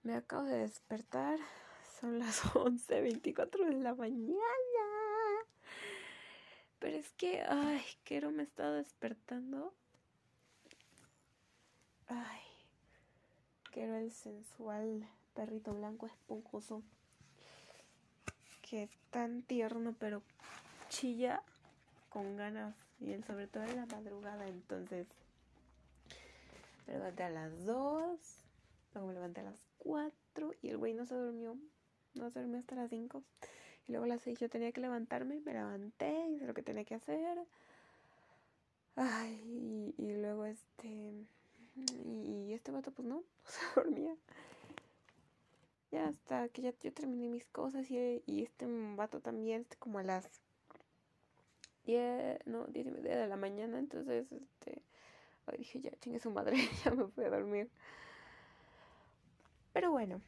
Me acabo de despertar. Son las 11:24 de la mañana. Pero es que, Quero me está despertando. Quero el sensual perrito blanco esponjoso. Que es tan tierno, pero chilla con ganas. Y él sobre todo en la madrugada. Entonces, me levanté a las 2. Luego me levanté a las 4. Y el güey no se durmió. No se durmió hasta las 5. Y luego a las 6 yo tenía que levantarme. Me levanté, hice lo que tenía que hacer. Y luego Y este vato pues no se dormía. Ya hasta que yo terminé mis cosas y este vato también, como a las 10:30 de la mañana. Entonces, dije, ya, chingue su madre, ya me fui a dormir. Pero bueno,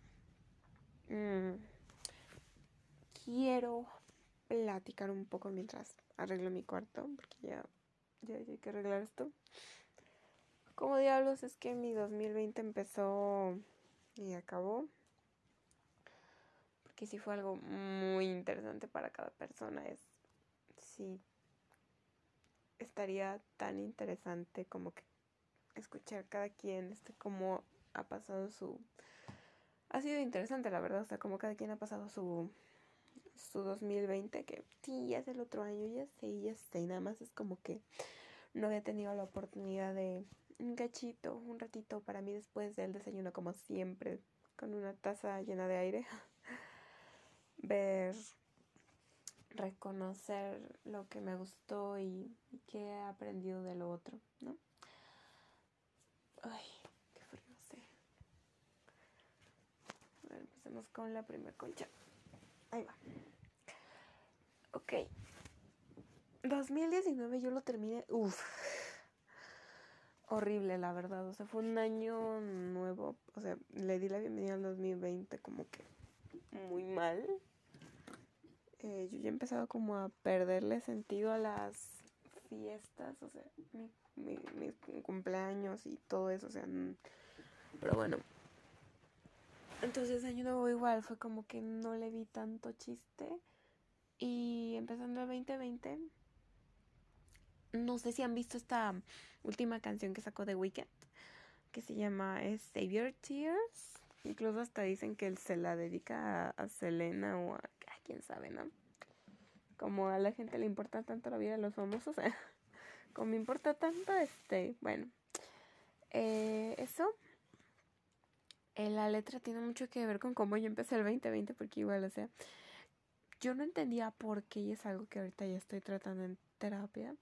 quiero platicar un poco mientras arreglo mi cuarto, porque ya hay que arreglar esto. ¿Cómo diablos es que mi 2020 empezó y acabó? Porque sí fue algo muy interesante para cada persona. Sí, estaría tan interesante como que escuchar cada quien, cómo ha pasado Ha sido interesante, la verdad, o sea, como cada quien ha pasado su 2020, que sí, ya es el otro año, ya sé, y nada más es como que no había tenido la oportunidad de un ratito para mí después del desayuno, como siempre, con una taza llena de aire, reconocer lo que me gustó y qué he aprendido de lo otro, ¿no? Qué frío, sí. A ver, empecemos con la primera concha. Ahí va. Ok. 2019 yo lo terminé. Horrible, la verdad. O sea, fue un año nuevo. O sea, le di la bienvenida al 2020 como que muy mal. Yo ya empezaba como a perderle sentido a las fiestas. O sea, mis cumpleaños y todo eso. O sea, pero bueno. Entonces año nuevo igual fue como que no le vi tanto chiste. Y empezando el 2020, no sé si han visto esta última canción que sacó The Weeknd, que se llama Save Your Tears. Incluso hasta dicen que él se la dedica a Selena o a quién sabe, ¿no? Como a la gente le importa tanto la vida de los famosos, como me importa tanto, bueno, eso. La letra tiene mucho que ver con cómo yo empecé el 2020, porque igual, o sea, yo no entendía por qué, y es algo que ahorita ya estoy tratando en terapia.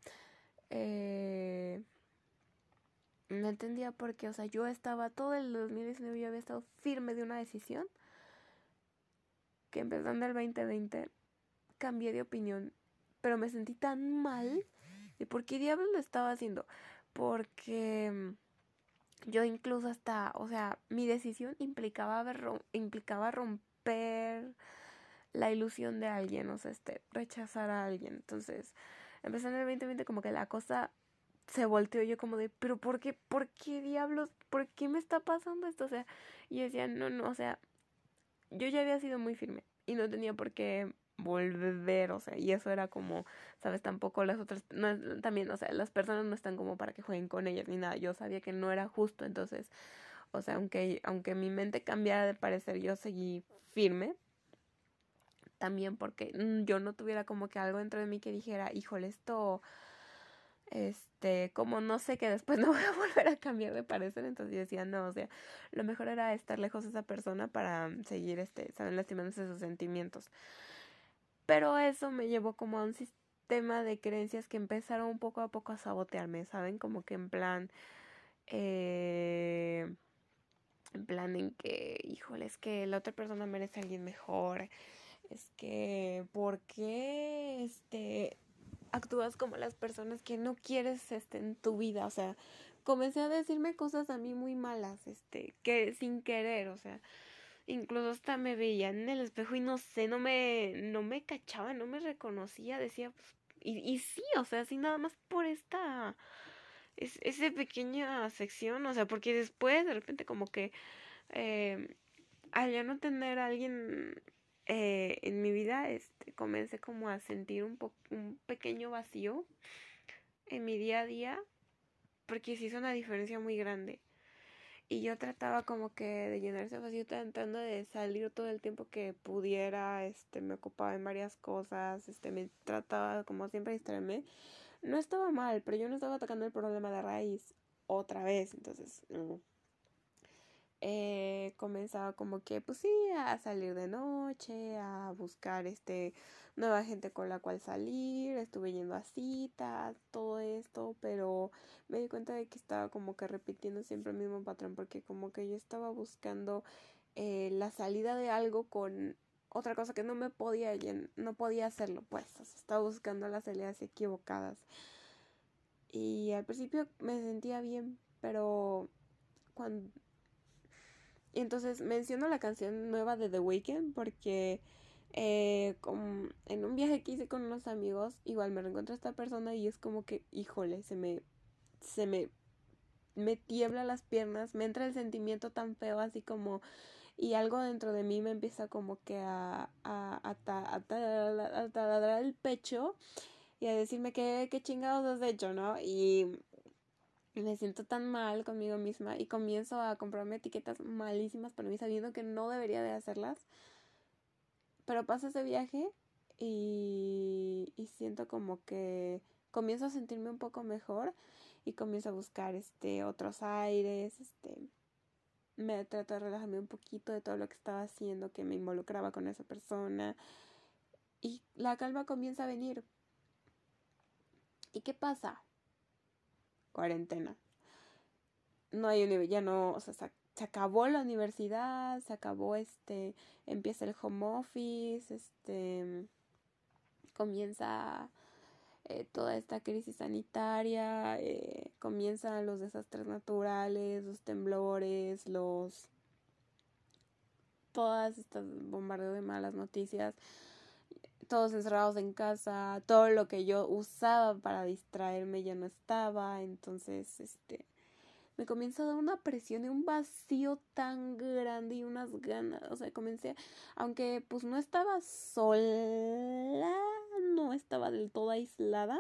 No entendía por qué, o sea, yo estaba todo el 2019, yo había estado firme de una decisión, que empezando el 2020 cambié de opinión, pero me sentí tan mal. ¿Y por qué diablos lo estaba haciendo? Porque yo incluso hasta, o sea, mi decisión implicaba romper la ilusión de alguien, o sea, rechazar a alguien. Entonces, empezando en el 2020 como que la cosa se volteó, yo como de, pero por qué diablos? ¿Por qué me está pasando esto? O sea, y yo decía, no, o sea, yo ya había sido muy firme y no tenía por qué volver, o sea, y eso era como, sabes, tampoco las otras, no, también, o sea, las personas no están como para que jueguen con ellas ni nada, yo sabía que no era justo. Entonces, o sea, aunque mi mente cambiara de parecer, yo seguí firme, también porque yo no tuviera como que algo dentro de mí que dijera, híjole, esto, como no sé, que después no voy a volver a cambiar de parecer. Entonces yo decía, no, o sea, lo mejor era estar lejos de esa persona para seguir, saben, lastimándose sus sentimientos. Pero eso me llevó como a un sistema de creencias que empezaron poco a poco a sabotearme, ¿saben? Como que en plan en que, híjole, es que la otra persona merece a alguien mejor. Es que, ¿por qué, actúas como las personas que no quieres, en tu vida? O sea, comencé a decirme cosas a mí muy malas, que sin querer, o sea, incluso hasta me veía en el espejo y no sé, no me cachaba, no me reconocía, decía, pues, y sí, o sea, así nada más por esa pequeña sección, o sea, porque después de repente como que al yo no tener a alguien en mi vida, comencé como a sentir un pequeño vacío en mi día a día, porque sí hizo una diferencia muy grande. Y yo trataba como que de llenar ese vacío tratando de salir todo el tiempo que pudiera, me ocupaba en varias cosas, me trataba como siempre de distraerme. No estaba mal, pero yo no estaba atacando el problema de raíz otra vez, entonces comenzaba como que, pues sí, a salir de noche, a buscar nueva gente con la cual salir, estuve yendo a citas, todo esto, pero me di cuenta de que estaba como que repitiendo siempre el mismo patrón, porque como que yo estaba buscando la salida de algo con otra cosa que no me podía, no podía hacerlo, pues, o sea, estaba buscando las salidas equivocadas. Y al principio me sentía bien, pero cuando... Y entonces menciono la canción nueva de The Weeknd porque en un viaje que hice con unos amigos, igual me reencuentro a esta persona y es como que, híjole, se me tiembla las piernas, me entra el sentimiento tan feo así como, y algo dentro de mí me empieza como que a taladrar el pecho y a decirme qué chingados has hecho, ¿no? Y me siento tan mal conmigo misma y comienzo a comprarme etiquetas malísimas para mí sabiendo que no debería de hacerlas. Pero pasa ese viaje y siento como que comienzo a sentirme un poco mejor y comienzo a buscar otros aires, me trato de relajarme un poquito de todo lo que estaba haciendo que me involucraba con esa persona y la calma comienza a venir. ¿Y qué pasa? Cuarentena. No hay ya no, o sea, se acabó la universidad, se acabó empieza el home office, comienza toda esta crisis sanitaria, comienzan los desastres naturales, los temblores, todas estas bombardeos de malas noticias, todos encerrados en casa, todo lo que yo usaba para distraerme ya no estaba, entonces me comienza a dar una presión y un vacío tan grande y unas ganas, o sea, comencé, aunque pues no estaba sola, no estaba del todo aislada,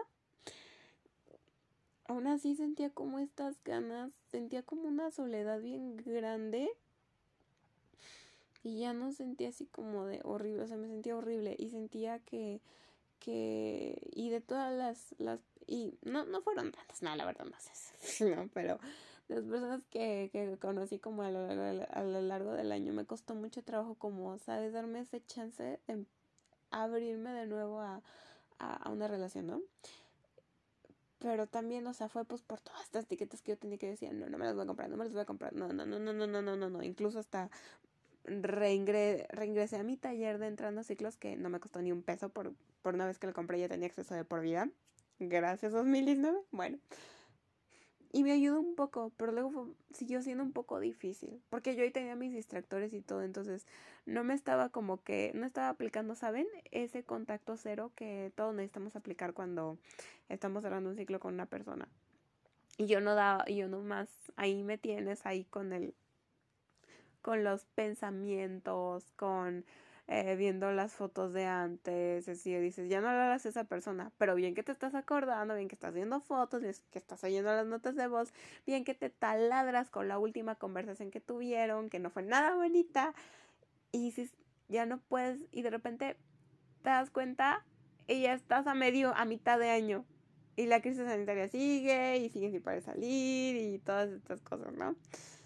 aún así sentía como estas ganas, sentía como una soledad bien grande y ya no sentía así como de horrible, o sea, me sentía horrible y sentía y de todas y no fueron tantas, no, la verdad no sé, no, pero de las personas que conocí como a lo largo del año me costó mucho trabajo como, ¿sabes? Darme ese chance de abrirme de nuevo a una relación, ¿no? Pero también, o sea, fue pues por todas estas etiquetas que yo tenía que decir, no me las voy a comprar, no me las voy a comprar, no, incluso hasta reingresé a mi taller de entrando a ciclos que no me costó ni un peso por una vez que lo compré ya tenía acceso de por vida. Gracias 2019. Bueno. Y me ayudó un poco, pero luego siguió siendo un poco difícil, porque yo ahí tenía mis distractores y todo, entonces no me estaba como que, no estaba aplicando, ¿saben? Ese contacto cero que todos necesitamos aplicar cuando estamos cerrando un ciclo con una persona. Y yo no más, ahí me tienes ahí con los pensamientos, viendo las fotos de antes, así dices, ya no le hablas a esa persona, pero bien que te estás acordando, bien que estás viendo fotos, bien que estás oyendo las notas de voz, bien que te taladras con la última conversación que tuvieron, que no fue nada bonita, y dices, ya no puedes, y de repente te das cuenta y ya estás a mitad de año. Y la crisis sanitaria sigue, y sigue sin poder salir, y todas estas cosas, ¿no?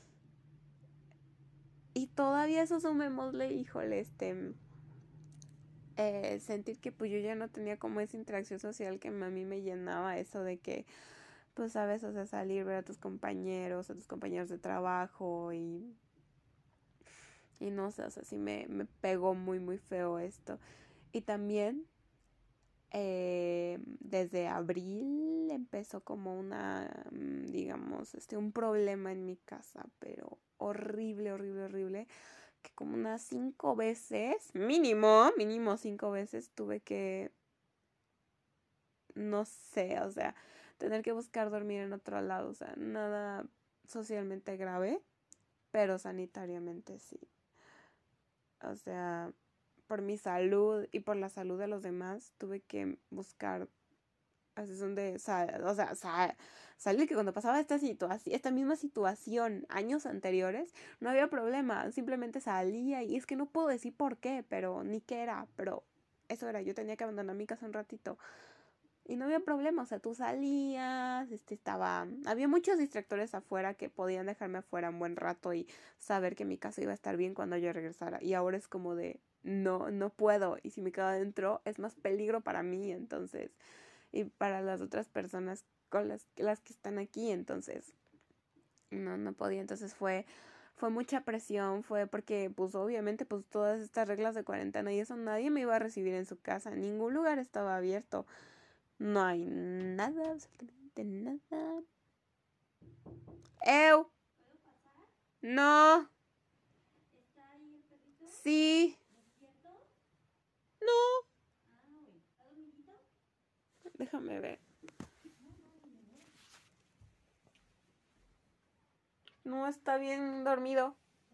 Y todavía eso sumémosle, híjole, sentir que pues yo ya no tenía como esa interacción social que a mí me llenaba eso de que, pues sabes, o sea, salir, ver a tus compañeros de trabajo y no sé, o sea, sí me pegó muy, muy feo esto. Y también desde abril empezó como digamos, un problema en mi casa, pero horrible, horrible, horrible que como unas 5 veces, mínimo 5 veces tuve que, no sé, o sea, tener que buscar dormir en otro lado, o sea, nada socialmente grave, pero sanitariamente sí. O sea, por mi salud y por la salud de los demás, tuve que buscar, así son de, o sea, salir, que cuando pasaba esta misma situación años anteriores, no había problema, simplemente salía y es que no puedo decir por qué, pero ni qué era, pero eso era, yo tenía que abandonar mi casa un ratito. Y no había problema, o sea, tú salías, había muchos distractores afuera que podían dejarme afuera un buen rato y saber que mi casa iba a estar bien cuando yo regresara. Y ahora es como de, no, no puedo. Y si me quedo adentro, es más peligro para mí, entonces, y para las otras personas con las que están aquí, entonces, no podía. Entonces fue mucha presión, fue porque, pues, obviamente, pues, todas estas reglas de cuarentena y eso, nadie me iba a recibir en su casa, ningún lugar estaba abierto. No hay nada, absolutamente nada. ¡Ew! No. Sí. No. Déjame ver. No está bien dormido.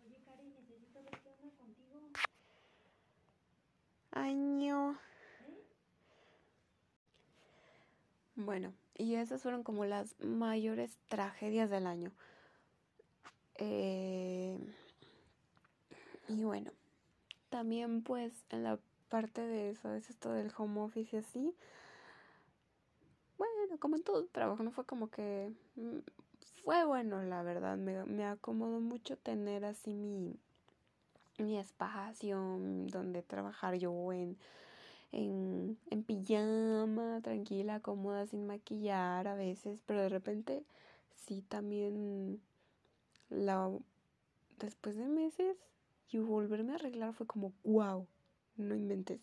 Año. Bueno, y esas fueron como las mayores tragedias del año. Y bueno, también pues en la parte de eso, es esto del home office y así. Bueno, como en todo trabajo, no fue como que... fue bueno, la verdad. Me acomodó mucho tener así mi espacio donde trabajar yo en pijama, tranquila, cómoda, sin maquillar a veces, pero de repente sí también la después de meses y volverme a arreglar fue como wow, no inventes.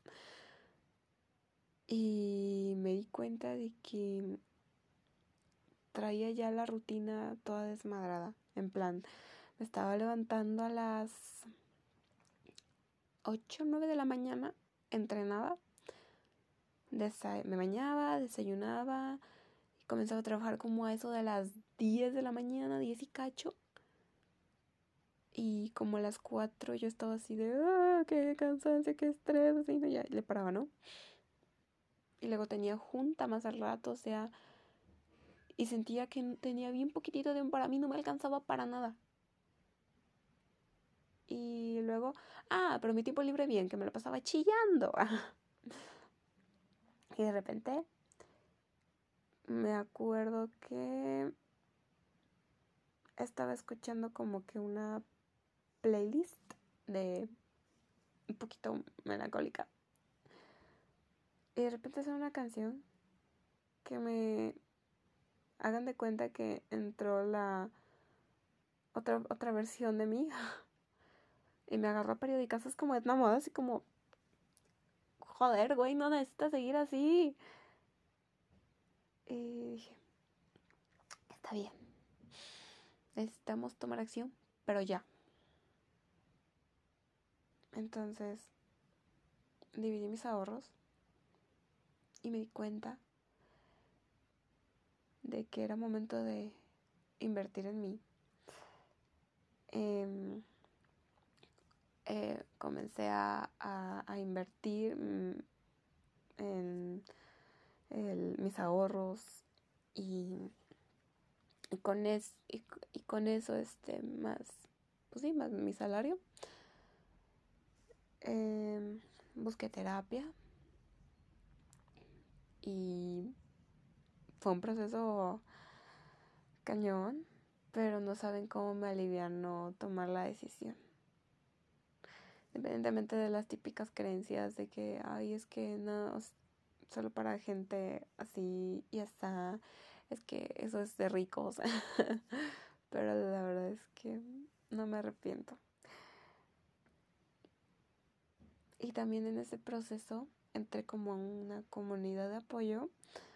Y me di cuenta de que traía ya la rutina toda desmadrada, en plan, me estaba levantando a las 8 o 9 de la mañana, entrenaba, me bañaba, desayunaba y comenzaba a trabajar como a eso de las 10 de la mañana, 10 y cacho. Y como a las 4 yo estaba así de, qué cansancio, qué estrés, así, ¿no? Ya le paraba, ¿no? Y luego tenía junta más al rato, o sea, y sentía que tenía bien poquitito tiempo para mí, no me alcanzaba para nada. Y luego, pero mi tiempo libre bien, que me lo pasaba chillando. Y de repente me acuerdo que estaba escuchando como que una playlist de un poquito melancólica. Y de repente es una canción que me hagan de cuenta que entró la otra versión de mí y me agarró a periodicazos como de una moda, así como, joder, güey, no necesitas seguir así. Y dije, está bien, necesitamos tomar acción, pero ya. Entonces dividí mis ahorros y me di cuenta de que era momento de invertir en mí. Comencé a invertir en mis ahorros y con eso más, pues sí, más mi salario. Busqué terapia y fue un proceso cañón, pero no saben cómo me alivianó tomar la decisión. Independientemente de las típicas creencias de que, es que no, solo para gente así y hasta, es que eso es de ricos. Pero la verdad es que no me arrepiento. Y también en ese proceso entré como en una comunidad de apoyo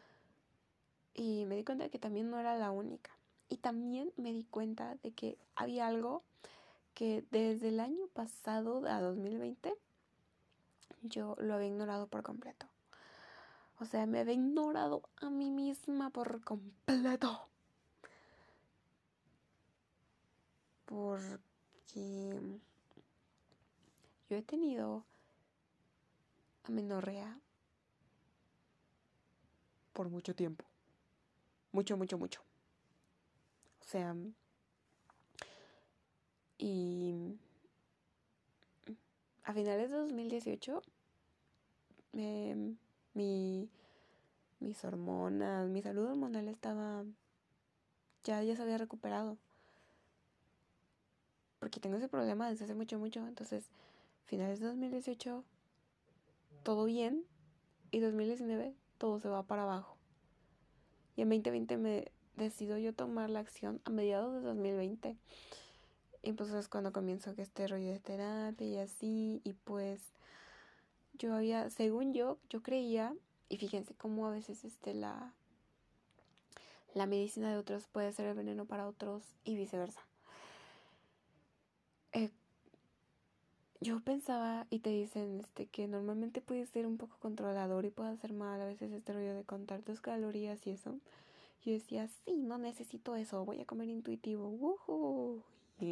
y me di cuenta de que también no era la única. Y también me di cuenta de que había algo que desde el año pasado a 2020 yo lo había ignorado por completo. O sea, me había ignorado a mí misma por completo. Porque yo he tenido amenorrea por mucho tiempo. Mucho. O sea, y a finales de 2018, mis hormonas, mi salud hormonal estaba, ya se había recuperado. Porque tengo ese problema desde hace mucho. Entonces, finales de 2018, todo bien. Y 2019, todo se va para abajo. Y en 2020 me decido yo tomar la acción a mediados de 2020. Y pues es cuando comienzo que este rollo de terapia y así. Y pues yo había, según yo creía, y fíjense cómo a veces la medicina de otros puede ser el veneno para otros y viceversa. Yo pensaba, y te dicen que normalmente puedes ser un poco controlador y puede hacer mal a veces este rollo de contar tus calorías y eso. Yo decía, sí, no necesito eso, voy a comer intuitivo. ¡Woohoo!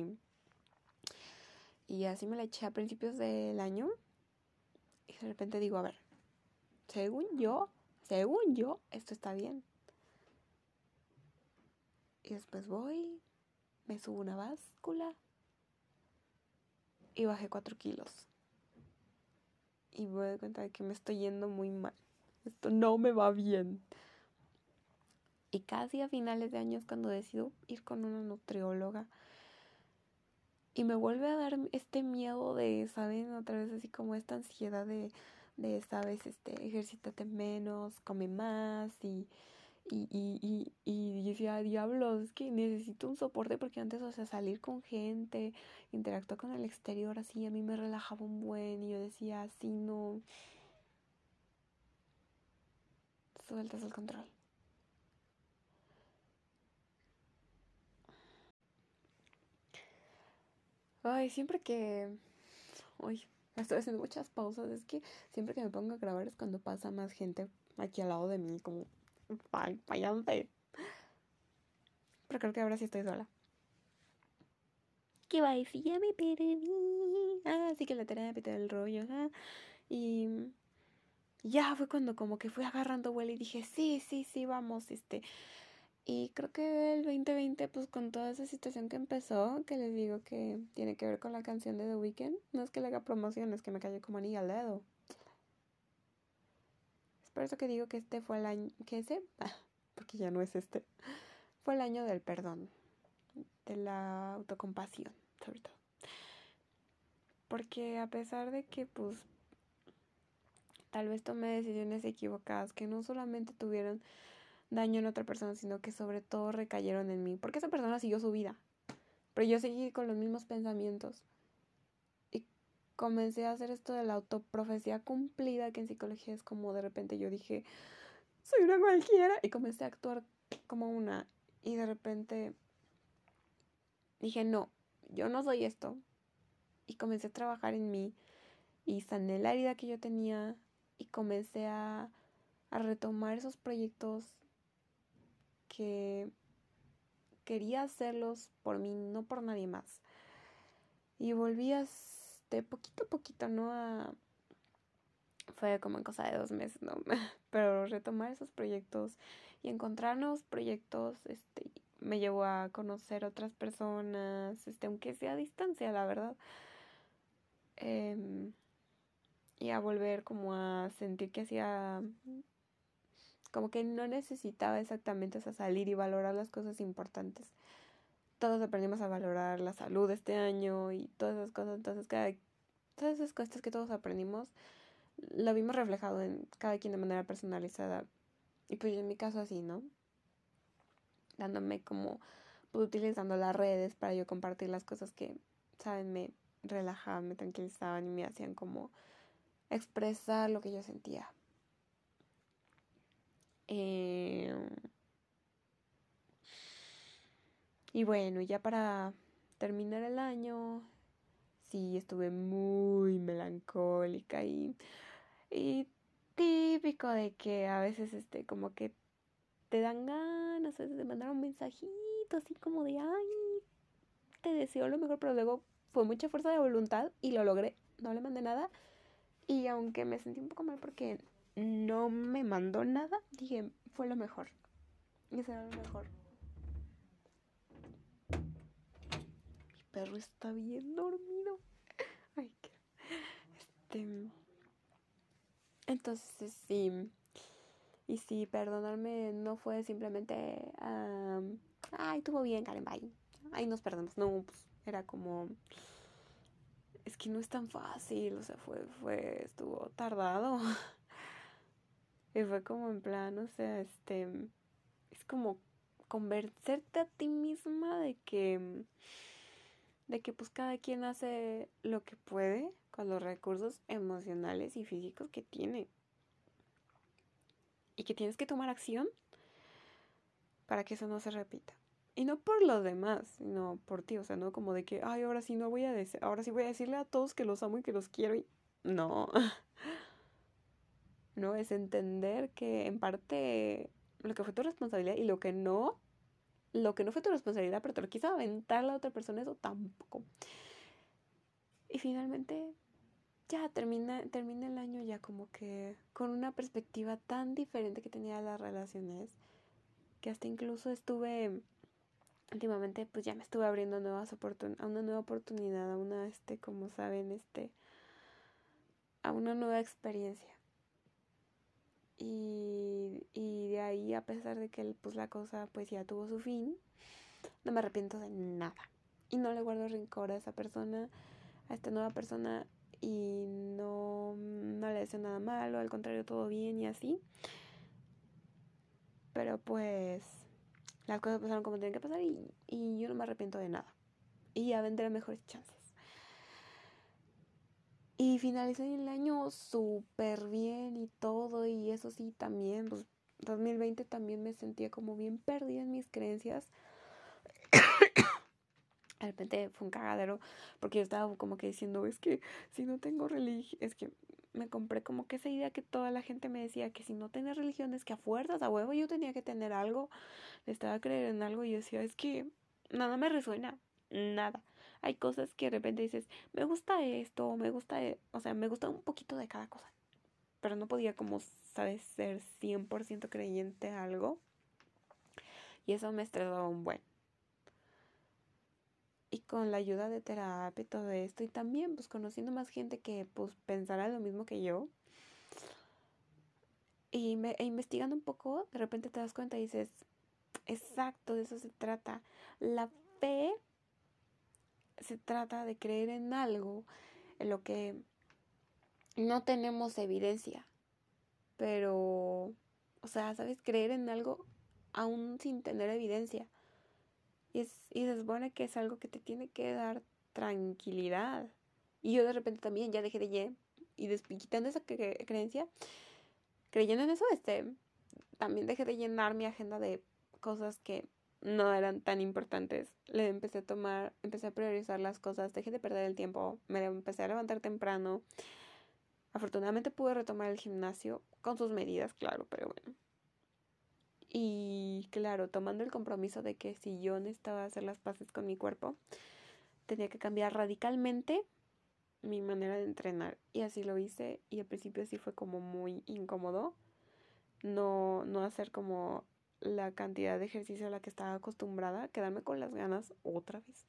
Y así me la eché a principios del año. Y de repente digo, a ver, según yo, esto está bien. Y después voy, me subo una báscula y bajé 4 kilos. Y me doy cuenta de que me estoy yendo muy mal. Esto no me va bien. Y casi a finales de años cuando decido ir con una nutrióloga. Y me vuelve a dar este miedo de, ¿saben? Otra vez así como esta ansiedad de ¿sabes? Ejercítate menos, come más y decía, diablos, es que necesito un soporte porque antes, o sea, salir con gente, interactuar con el exterior así, a mí me relajaba un buen y yo decía, así no, sueltas el control. Ay, siempre que... Uy, estoy haciendo muchas pausas, es que siempre que me pongo a grabar es cuando pasa más gente aquí al lado de mí, como, váyanse. Pero creo que ahora sí estoy sola. ¿Qué va a decir? Ya me perdí. Sí que la terapia y todo el rollo. Y ya fue cuando como que fui agarrando vuelo y dije, sí, vamos, Y creo que el 2020, pues con toda esa situación que empezó, que les digo que tiene que ver con la canción de The Weeknd, no es que le haga promoción, es que me cayó como anillo al dedo. Es por eso que digo que este fue el año, porque ya no es fue el año del perdón, de la autocompasión, sobre todo. Porque a pesar de que, pues, tal vez tomé decisiones equivocadas que no solamente tuvieron daño en otra persona, sino que sobre todo recayeron en mí. Porque esa persona siguió su vida, pero yo seguí con los mismos pensamientos. Y comencé a hacer esto de la autoprofecía cumplida, que en psicología es como de repente yo dije, soy una cualquiera, y comencé a actuar como una. Y de repente dije, no, yo no soy esto. Y comencé a trabajar en mí y sané la herida que yo tenía y comencé a retomar esos proyectos que quería hacerlos por mí, no por nadie más. Y volví de poquito a poquito, ¿no? Fue como en cosa de 2 meses, ¿no? Pero retomar esos proyectos y encontrar nuevos proyectos, me llevó a conocer otras personas, aunque sea a distancia, la verdad. Y a volver como a sentir que hacía, como que no necesitaba exactamente salir y valorar las cosas importantes. Todos aprendimos a valorar la salud este año y todas esas cosas, entonces todas esas cosas que todos aprendimos lo vimos reflejado en cada quien de manera personalizada. Y pues yo en mi caso así, ¿no? Dándome como, pues utilizando las redes para yo compartir las cosas que, ¿saben? Me relajaban, me tranquilizaban y me hacían como expresar lo que yo sentía. Y bueno, ya para terminar el año, sí, estuve muy melancólica y típico de que a veces como que te dan ganas de mandar un mensajito así como de, ay, te deseo lo mejor, pero luego fue mucha fuerza de voluntad y lo logré. no le mandé nada. Y aunque me sentí un poco mal porque no me mandó nada, dije, fue lo mejor. Y será lo mejor. Mi perro está bien dormido. Ay, qué... Entonces, sí. Y sí, perdonarme no fue simplemente... ay, estuvo bien, Karen, bye. Ay, nos perdemos. No, pues era como... Es que no es tan fácil, o sea, estuvo tardado. Y fue como en plan, o sea, es como convencerte a ti misma de que pues cada quien hace lo que puede con los recursos emocionales y físicos que tiene. Y que tienes que tomar acción para que eso no se repita. Y no por los demás, sino por ti, o sea, no como de que, ay, ahora sí no voy a decir, ahora sí voy a decirle a todos que los amo y que los quiero y no. No, es entender que en parte lo que fue tu responsabilidad y lo que no fue tu responsabilidad, pero te lo quiso aventar la otra persona, eso tampoco. Y finalmente ya termina el año ya como que con una perspectiva tan diferente que tenía las relaciones, que hasta incluso últimamente pues ya me estuve abriendo a una nueva oportunidad, a una, como saben, a una nueva experiencia. Y de ahí, a pesar de que pues la cosa pues ya tuvo su fin, no me arrepiento de nada. Y no le guardo rencor a esa persona, a esta nueva persona, y no le deseo nada malo, al contrario, todo bien y así. Pero pues las cosas pasaron como tienen que pasar y yo no me arrepiento de nada. Y ya vendrán mejores chances. Y finalicé el año súper bien y todo, y eso sí, también, pues 2020 también me sentía como bien perdida en mis creencias. De repente fue un cagadero porque yo estaba como que diciendo, es que si no tengo religión, es que me compré como que esa idea que toda la gente me decía que si no tenía religión es que a fuerzas, a huevo yo tenía que tener algo, estaba creer en algo y yo decía, es que nada me resuena, nada. Hay cosas que de repente dices, me gusta esto, o sea, me gusta un poquito de cada cosa, pero no podía como, sabes, ser 100% creyente a algo y eso me estresaba un buen. Y con la ayuda de terapia y todo esto, y también pues conociendo más gente que pues pensará lo mismo que yo, e investigando un poco, de repente te das cuenta y dices, exacto, de eso se trata. La fe se trata de creer en algo, en lo que no tenemos evidencia, pero, o sea, ¿sabes? Creer en algo aún sin tener evidencia. Y se supone que es algo que te tiene que dar tranquilidad. Y yo de repente también ya dejé de quitando esa creencia, creyendo en eso, también dejé de llenar mi agenda de cosas que no eran tan importantes. Empecé a priorizar las cosas, dejé de perder el tiempo, me empecé a levantar temprano. Afortunadamente pude retomar el gimnasio con sus medidas, claro, pero bueno. Y claro, tomando el compromiso de que si yo necesitaba hacer las paces con mi cuerpo, tenía que cambiar radicalmente mi manera de entrenar. Y así lo hice. Y al principio sí fue como muy incómodo. No hacer como la cantidad de ejercicio a la que estaba acostumbrada. Quedarme con las ganas otra vez.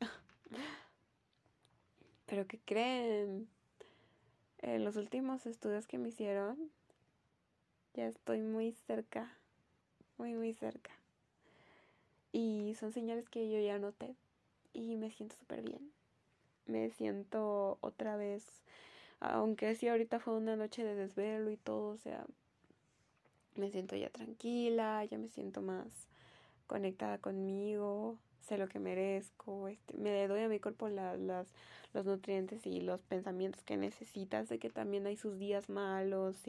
Pero ¿qué creen? En los últimos estudios que me hicieron, ya estoy muy cerca. Muy, muy cerca. Y son señales que yo ya noté. Y me siento súper bien. Me siento otra vez, aunque sí ahorita fue una noche de desvelo y todo, o sea, me siento ya tranquila, ya me siento más conectada conmigo, sé lo que merezco, me doy a mi cuerpo los nutrientes y los pensamientos que necesita, sé que también hay sus días malos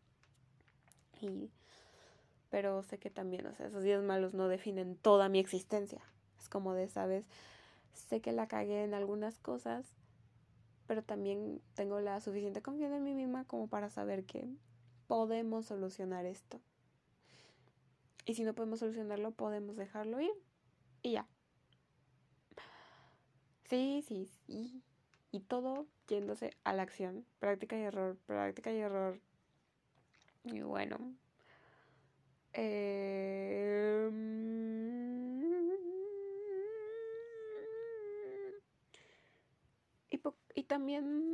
y pero sé que también, o sea, esos días malos no definen toda mi existencia, es como de, ¿sabes? Sé que la cagué en algunas cosas, pero también tengo la suficiente confianza en mí misma como para saber que podemos solucionar esto. Y si no podemos solucionarlo, podemos dejarlo ir y ya. Sí. y todo yéndose a la acción, práctica y error, práctica y error. Y bueno, eh, y también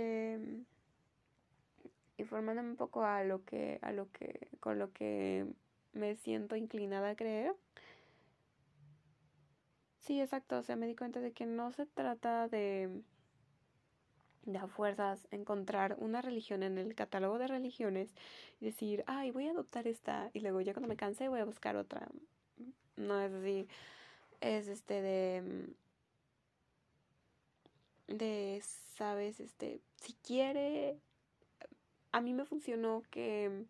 informándome un poco con lo que me siento inclinada a creer. Sí, exacto, o sea, me di cuenta de que no se trata de a fuerzas encontrar una religión en el catálogo de religiones y decir, ay, voy a adoptar esta y luego ya cuando me canse voy a buscar otra. No es así, es sabes, si quiere, a mí me funcionó que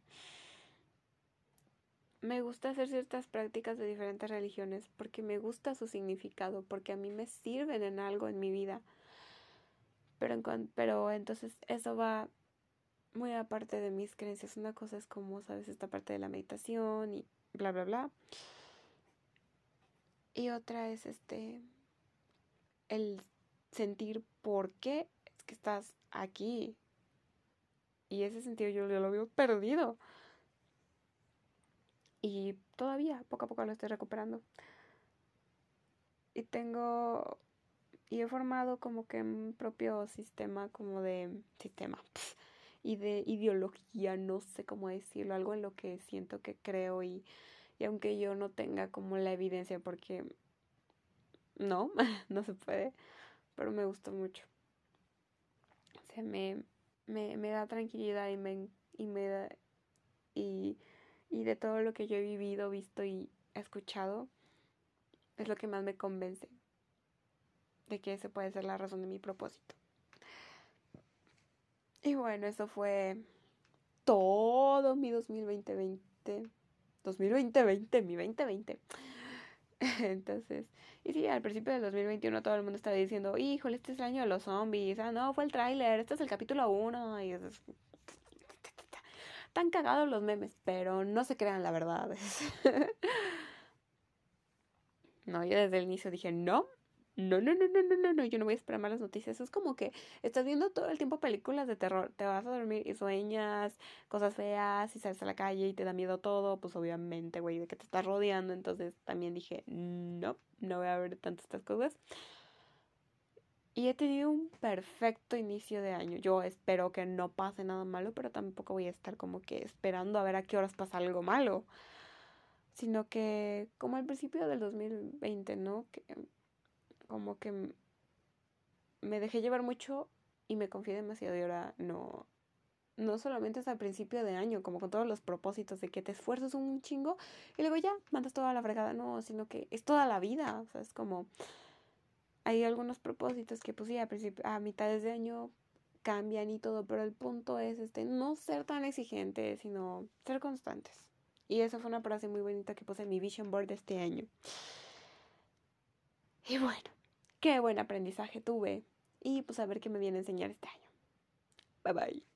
me gusta hacer ciertas prácticas de diferentes religiones porque me gusta su significado, porque a mí me sirven en algo en mi vida. Pero entonces eso va muy aparte de mis creencias. Una cosa es como, sabes, esta parte de la meditación y bla, bla, bla. Y otra es el sentir por qué es que estás aquí. Y ese sentido yo lo había perdido. Y todavía, poco a poco lo estoy recuperando. Y y he formado como que un propio sistema, como de sistema, y de ideología, no sé cómo decirlo, algo en lo que siento que creo y aunque yo no tenga como la evidencia, porque no, no se puede, pero me gustó mucho. O sea, me da tranquilidad y me da, y, y de todo lo que yo he vivido, visto y escuchado, es lo que más me convence de que ese puede ser la razón de mi propósito. Y bueno, eso fue todo mi 2020, mi 2020. Entonces, y sí, al principio del 2021 todo el mundo estaba diciendo, híjole, este es el año de los zombies, ah, no, fue el tráiler, este es el capítulo 1, y eso es... Tan cagados los memes, pero no se crean la verdad. No, yo desde el inicio dije, no, yo no voy a esperar malas noticias. Es como que estás viendo todo el tiempo películas de terror, te vas a dormir y sueñas cosas feas y sales a la calle y te da miedo todo, pues obviamente, güey, de que te estás rodeando. Entonces también dije, no voy a ver tantas estas cosas. Y he tenido un perfecto inicio de año. Yo espero que no pase nada malo, pero tampoco voy a estar como que esperando a ver a qué horas pasa algo malo. Sino que como al principio del 2020, ¿no? Que como que me dejé llevar mucho y me confié demasiado y ahora no solamente es al principio de año, como con todos los propósitos de que te esfuerzas un chingo y luego ya mandas toda la fregada, no, sino que es toda la vida, o sea, es como hay algunos propósitos que pues sí, a mitades de año cambian y todo, pero el punto es no ser tan exigentes, sino ser constantes. Y esa fue una frase muy bonita que puse en mi vision board de este año. Y bueno, qué buen aprendizaje tuve. Y pues a ver qué me viene a enseñar este año. Bye bye.